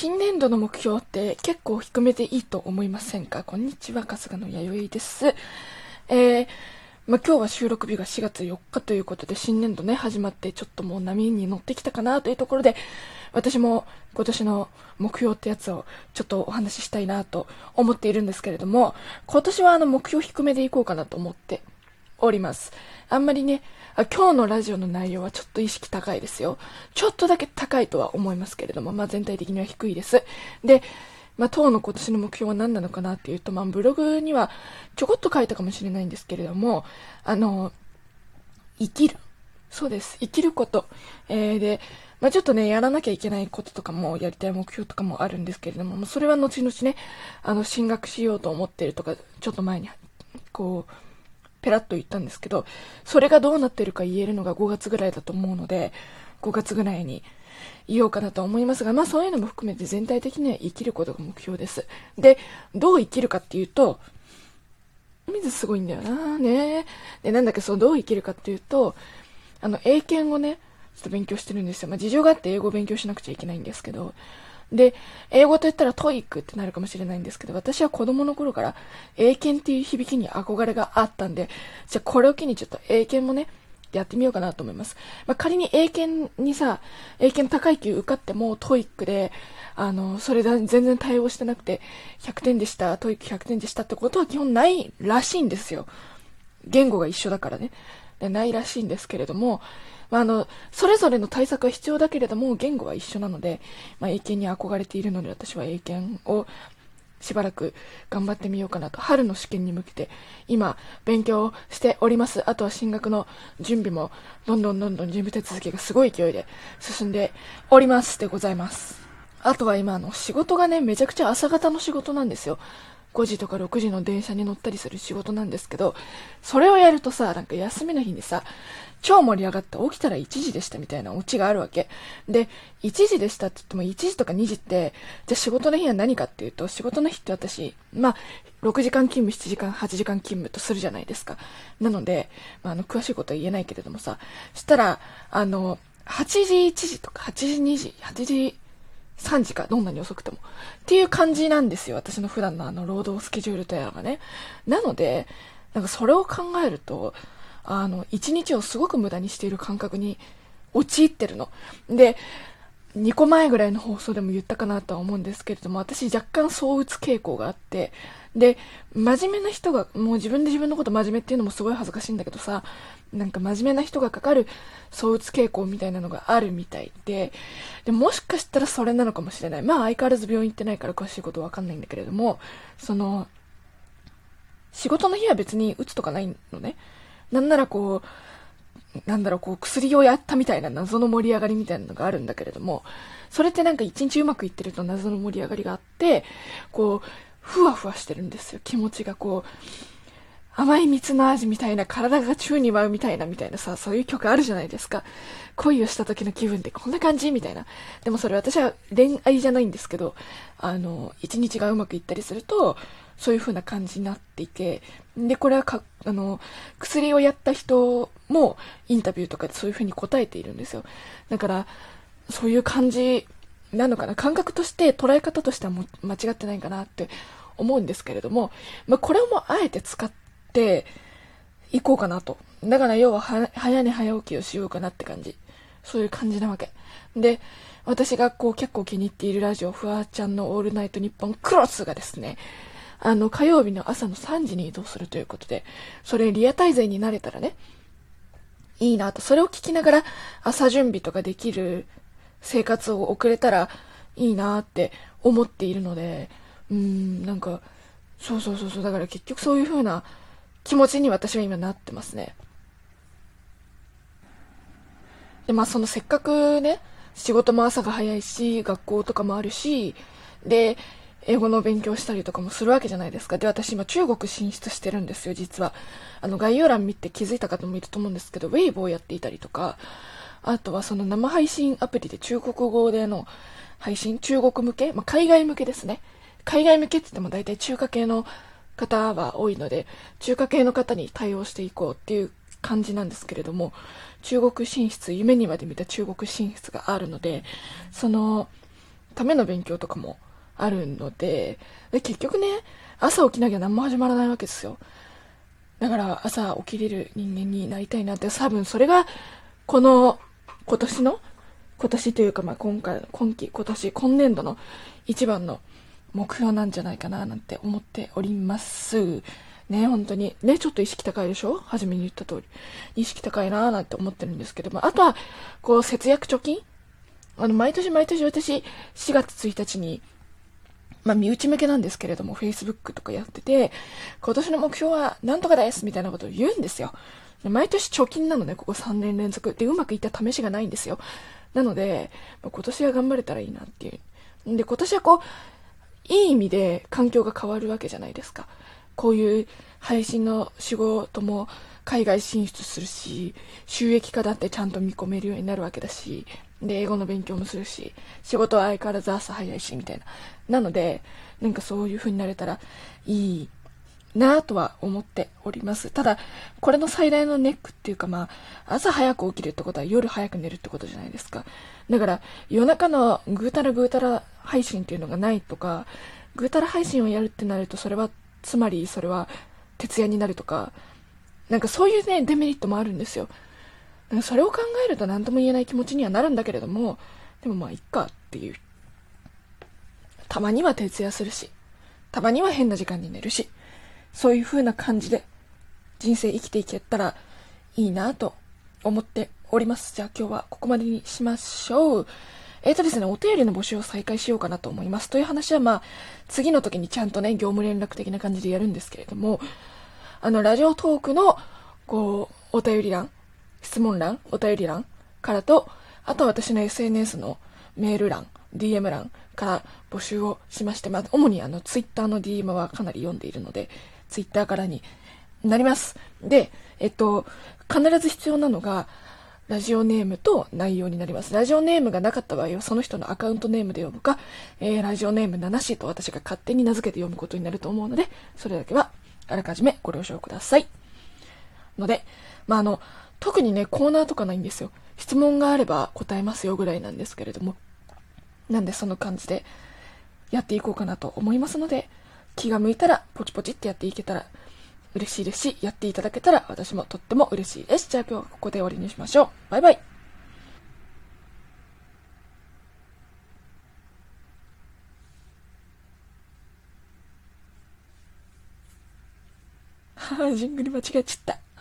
新年度の目標って結構低めでいいと思いませんか？こんにちは、春日の弥生です。今日は収録日が4月4日ということで、新年度ね、始まってちょっともう波に乗ってきたかなというところで、私も今年の目標ってやつをちょっとお話ししたいなと思っているんですけれども、今年は目標低めでいこうかなと思っております。あんまりね、今日のラジオの内容はちょっと意識高いですよ。ちょっとだけ高いとは思いますけれども、全体的には低いです。で、当の今年の目標は何なのかなっていうと、ブログにはちょこっと書いたかもしれないんですけれども、生きる。そうです。生きること。で、ちょっとね、やらなきゃいけないこととかも、やりたい目標とかもあるんですけれども、それは後々ね、進学しようと思ってるとか、ちょっと前に、ペラッと言ったんですけど、それがどうなってるか言えるのが5月ぐらいだと思うので、5月ぐらいに言おうかなと思いますが、そういうのも含めて全体的には生きることが目標です。で、どう生きるかっていうと、水すごいんだよなね。で、どう生きるかっていうと、英検をね、ちょっと勉強してるんですよ。事情があって英語を勉強しなくちゃいけないんですけど、で、英語と言ったらトイックってなるかもしれないんですけど、私は子供の頃から英検っていう響きに憧れがあったんで、じゃあこれを機にちょっと英検もね、やってみようかなと思います。仮に英検高い級受かってもトイックで、それで全然対応してなくて、100点でした、トイック100点でしたってことは基本ないらしいんですよ。言語が一緒だからね。で、ないらしいんですけれども、それぞれの対策は必要だけれども、言語は一緒なので、英検に憧れているので、私は英検をしばらく頑張ってみようかなと。春の試験に向けて、今、勉強しております。あとは進学の準備も、どんどん準備手続きがすごい勢いで進んでおりますでございます。あとは今、仕事がね、めちゃくちゃ朝方の仕事なんですよ。5時とか6時の電車に乗ったりする仕事なんですけど、それをやるとさ、休みの日にさ、超盛り上がった起きたら1時でしたみたいなオチがあるわけ。で、1時でしたって言っても1時とか2時って、じゃあ仕事の日は何かっていうと、仕事の日って私、6時間勤務、7時間、8時間勤務とするじゃないですか。なので、詳しいことは言えないけれどもさ、したら、8時1時とか8時2時、8時3時か、どんなに遅くても。っていう感じなんですよ。私の普段の労働スケジュールとやらがね。なので、それを考えると、一日をすごく無駄にしている感覚に陥ってるの。で、2個前ぐらいの放送でも言ったかなとは思うんですけれども、私若干そう打つ傾向があって、で、真面目な人が、もう自分で自分のこと真面目っていうのもすごい恥ずかしいんだけどさ、真面目な人がかかるそう打つ傾向みたいなのがあるみたいで、もしかしたらそれなのかもしれない。相変わらず病院行ってないから詳しいことわかんないんだけれども、仕事の日は別に打つとかないのね。なんなら薬をやったみたいな謎の盛り上がりみたいなのがあるんだけれども、それって一日うまくいってると謎の盛り上がりがあって、ふわふわしてるんですよ。気持ちが甘い蜜の味みたいな、体が宙に舞うみたいなさ、そういう曲あるじゃないですか。恋をした時の気分ってこんな感じみたいな。でもそれ私は恋愛じゃないんですけど、一日がうまくいったりすると、そういう風な感じになっていて、で、これは薬をやった人もインタビューとかでそういう風に答えているんですよ。だから、そういう感じなのかな。感覚として、捉え方としては間違ってないかなって思うんですけれども、これをもあえて使っていこうかなと。だから要は早寝早起きをしようかなって感じ。そういう感じなわけ。で、私が結構気に入っているラジオ、フワちゃんのオールナイトニッポンクロスがですね、火曜日の朝の3時に移動するということで、それリアタイ勢になれたらね、いいなと。それを聞きながら朝準備とかできる生活を送れたらいいなって思っているので、そう。だから結局そういう風な気持ちに私は今なってますね。で、せっかくね、仕事も朝が早いし、学校とかもあるし、で、英語の勉強したりとかもするわけじゃないですか。で、私今中国進出してるんですよ、実は。概要欄見て気づいた方もいると思うんですけど、ウェイボーをやっていたりとか、あとはその生配信アプリで中国語での配信、中国向け、海外向けですね。海外向けって言っても大体中華系の方は多いので、中華系の方に対応していこうっていう感じなんですけれども、中国進出、夢にまで見た中国進出があるので、 ための勉強とかもあるので、結局ね、朝起きなきゃ何も始まらないわけですよ。だから朝起きれる人間になりたいなって、多分それが今年というか、今年度の一番の目標なんじゃないかななんて思っておりますね。本当にね、ちょっと意識高いでしょ、初めに言った通り意識高いなーなんて思ってるんですけども、あとはこう節約貯金、毎年私4月1日に身内向けなんですけれども Facebook とかやってて、今年の目標はなんとかですみたいなことを言うんですよ。毎年貯金なのね、ここ3年連続でうまくいった試しがないんですよ。なので今年は頑張れたらいいなっていう。で、今年はこういい意味で環境が変わるわけじゃないですか。こういう配信の仕事も海外進出するし、収益化だってちゃんと見込めるようになるわけだし、で、英語の勉強もするし、仕事は相変わらず朝早いし、みたいな。なので、なんかそういう風になれたらいいなぁとは思っております。ただ、これの最大のネックっていうか、朝早く起きるってことは夜早く寝るってことじゃないですか。だから、夜中のぐうたら配信っていうのがないとか、ぐうたら配信をやるってなると、それは徹夜になるとか、なんかそういうね、デメリットもあるんですよ。それを考えると何とも言えない気持ちにはなるんだけれども、でもいっかっていう。たまには徹夜するし、たまには変な時間に寝るし、そういう風な感じで人生生きていけたらいいなと思っております。じゃあ今日はここまでにしましょう。ですね、お便りの募集を再開しようかなと思います。という話は次の時にちゃんとね、業務連絡的な感じでやるんですけれども、ラジオトークの、お便り欄、質問欄、お便り欄からと、あとは私の SNS のメール欄、DM 欄から募集をしまして、主にツイッターの DM はかなり読んでいるので、ツイッターからになります。で、必ず必要なのが、ラジオネームと内容になります。ラジオネームがなかった場合は、その人のアカウントネームで呼ぶか、ラジオネームなしと私が勝手に名付けて読むことになると思うので、それだけはあらかじめご了承ください。ので、特にね、コーナーとかないんですよ。質問があれば答えますよぐらいなんですけれども。なんでその感じでやっていこうかなと思いますので、気が向いたらポチポチってやっていけたら嬉しいですし、やっていただけたら私もとっても嬉しいです。じゃあ今日はここで終わりにしましょう。バイバイ。ジングル間違えちゃった。